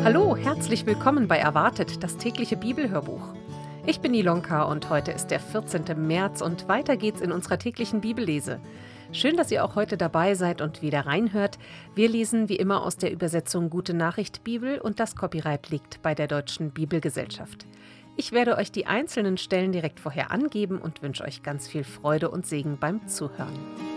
Hallo, herzlich willkommen bei Erwartet, das tägliche Bibelhörbuch. Ich bin Ilonka und heute ist der 14. März und weiter geht's in unserer täglichen Bibellese. Schön, dass ihr auch heute dabei seid und wieder reinhört. Wir lesen wie immer aus der Übersetzung Gute Nachricht Bibel und das Copyright liegt bei der Deutschen Bibelgesellschaft. Ich werde euch die einzelnen Stellen direkt vorher angeben und wünsche euch ganz viel Freude und Segen beim Zuhören.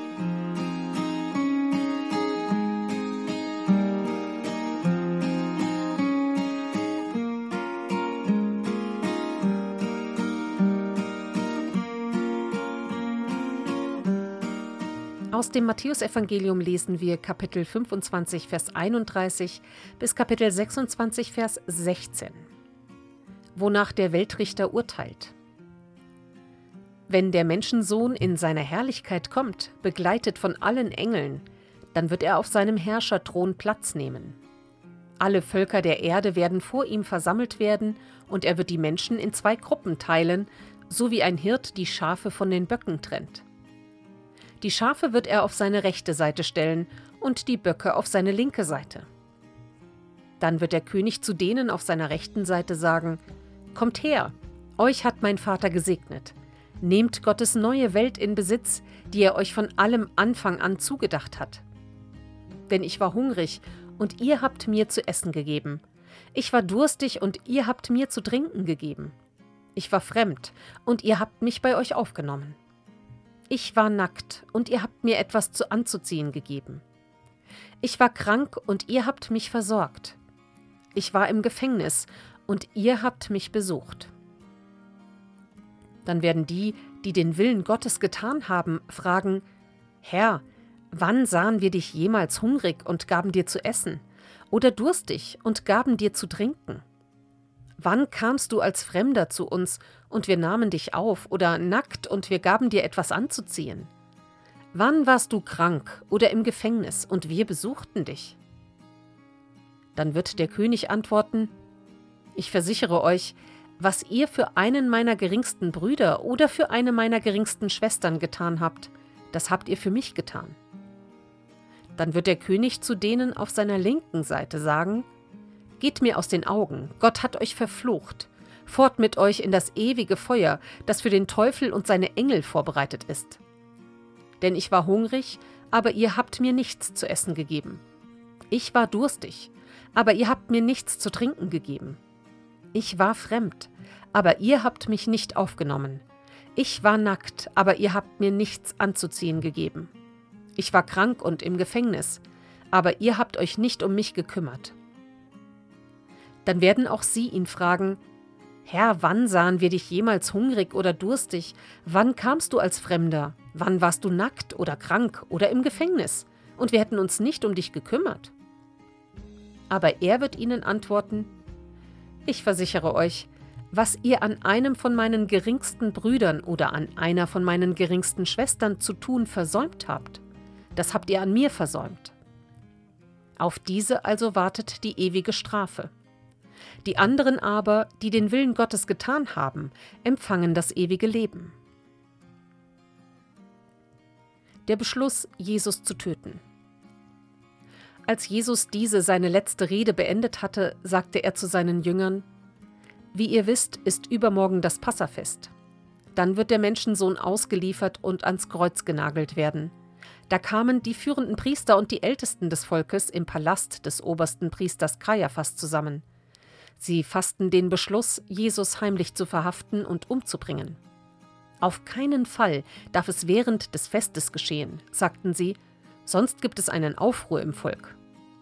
Aus dem Matthäusevangelium lesen wir Kapitel 25, Vers 31 bis Kapitel 26, Vers 16. Wonach der Weltrichter urteilt. Wenn der Menschensohn in seiner Herrlichkeit kommt, begleitet von allen Engeln, dann wird er auf seinem Herrscherthron Platz nehmen. Alle Völker der Erde werden vor ihm versammelt werden, und er wird die Menschen in zwei Gruppen teilen, so wie ein Hirt die Schafe von den Böcken trennt. Die Schafe wird er auf seine rechte Seite stellen und die Böcke auf seine linke Seite. Dann wird der König zu denen auf seiner rechten Seite sagen: Kommt her, euch hat mein Vater gesegnet. Nehmt Gottes neue Welt in Besitz, die er euch von allem Anfang an zugedacht hat. Denn ich war hungrig, und ihr habt mir zu essen gegeben. Ich war durstig, und ihr habt mir zu trinken gegeben. Ich war fremd, und ihr habt mich bei euch aufgenommen. Ich war nackt, und ihr habt mir etwas anzuziehen gegeben. Ich war krank, und ihr habt mich versorgt. Ich war im Gefängnis, und ihr habt mich besucht. Dann werden die, die den Willen Gottes getan haben, fragen: Herr, wann sahen wir dich jemals hungrig und gaben dir zu essen, oder durstig und gaben dir zu trinken? Wann kamst du als Fremder zu uns und wir nahmen dich auf, oder nackt und wir gaben dir etwas anzuziehen? Wann warst du krank oder im Gefängnis und wir besuchten dich? Dann wird der König antworten: Ich versichere euch, was ihr für einen meiner geringsten Brüder oder für eine meiner geringsten Schwestern getan habt, das habt ihr für mich getan. Dann wird der König zu denen auf seiner linken Seite sagen: Geht mir aus den Augen, Gott hat euch verflucht. Fort mit euch in das ewige Feuer, das für den Teufel und seine Engel vorbereitet ist. Denn ich war hungrig, aber ihr habt mir nichts zu essen gegeben. Ich war durstig, aber ihr habt mir nichts zu trinken gegeben. Ich war fremd, aber ihr habt mich nicht aufgenommen. Ich war nackt, aber ihr habt mir nichts anzuziehen gegeben. Ich war krank und im Gefängnis, aber ihr habt euch nicht um mich gekümmert. Dann werden auch sie ihn fragen: Herr, wann sahen wir dich jemals hungrig oder durstig? Wann kamst du als Fremder? Wann warst du nackt oder krank oder im Gefängnis? Und wir hätten uns nicht um dich gekümmert. Aber er wird ihnen antworten: Ich versichere euch, was ihr an einem von meinen geringsten Brüdern oder an einer von meinen geringsten Schwestern zu tun versäumt habt, das habt ihr an mir versäumt. Auf diese also wartet die ewige Strafe. Die anderen aber, die den Willen Gottes getan haben, empfangen das ewige Leben. Der Beschluss, Jesus zu töten. Als Jesus diese seine letzte Rede beendet hatte, sagte er zu seinen Jüngern: Wie ihr wisst, ist übermorgen das Passafest. Dann wird der Menschensohn ausgeliefert und ans Kreuz genagelt werden. Da kamen die führenden Priester und die Ältesten des Volkes im Palast des obersten Priesters Kajaphas zusammen. Sie fassten den Beschluss, Jesus heimlich zu verhaften und umzubringen. Auf keinen Fall darf es während des Festes geschehen, sagten sie, sonst gibt es einen Aufruhr im Volk.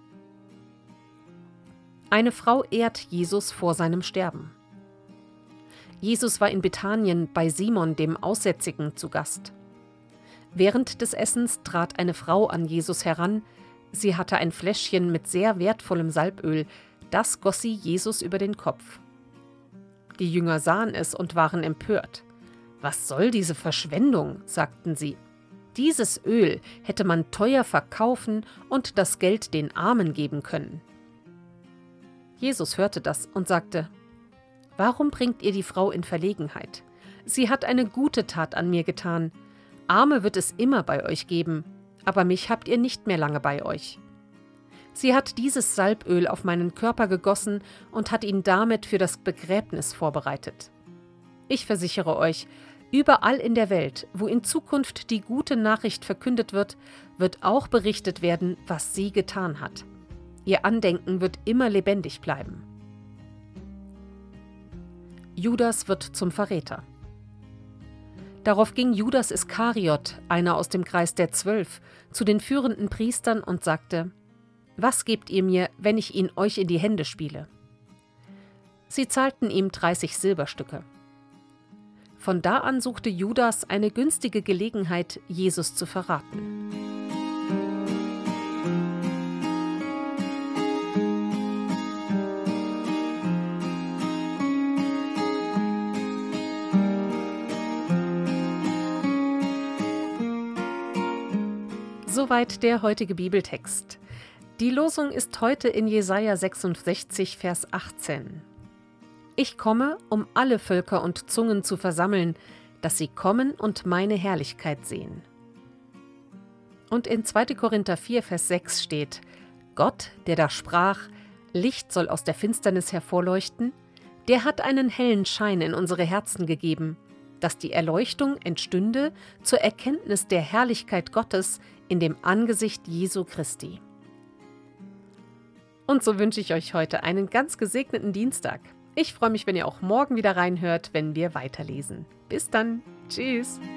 Eine Frau ehrt Jesus vor seinem Sterben. Jesus war in Bethanien bei Simon dem Aussätzigen zu Gast. Während des Essens trat eine Frau an Jesus heran. Sie hatte ein Fläschchen mit sehr wertvollem Salböl, das goss sie Jesus über den Kopf. Die Jünger sahen es und waren empört. Was soll diese Verschwendung, sagten sie. Dieses Öl hätte man teuer verkaufen und das Geld den Armen geben können. Jesus hörte das und sagte: Warum bringt ihr die Frau in Verlegenheit? Sie hat eine gute Tat an mir getan. Arme wird es immer bei euch geben, aber mich habt ihr nicht mehr lange bei euch. Sie hat dieses Salböl auf meinen Körper gegossen und hat ihn damit für das Begräbnis vorbereitet. Ich versichere euch, überall in der Welt, wo in Zukunft die gute Nachricht verkündet wird, wird auch berichtet werden, was sie getan hat. Ihr Andenken wird immer lebendig bleiben. Judas wird zum Verräter. Darauf ging Judas Iskariot, einer aus dem Kreis der 12, zu den führenden Priestern und sagte: »Was gebt ihr mir, wenn ich ihn euch in die Hände spiele?« Sie zahlten ihm 30 Silberstücke. Von da an suchte Judas eine günstige Gelegenheit, Jesus zu verraten. Soweit der heutige Bibeltext. Die Losung ist heute in Jesaja 66, Vers 18. Ich komme, um alle Völker und Zungen zu versammeln, dass sie kommen und meine Herrlichkeit sehen. Und in 2. Korinther 4, Vers 6 steht: Gott, der da sprach, Licht soll aus der Finsternis hervorleuchten, der hat einen hellen Schein in unsere Herzen gegeben, dass die Erleuchtung entstünde zur Erkenntnis der Herrlichkeit Gottes in dem Angesicht Jesu Christi. Und so wünsche ich euch heute einen ganz gesegneten Dienstag. Ich freue mich, wenn ihr auch morgen wieder reinhört, wenn wir weiterlesen. Bis dann. Tschüss.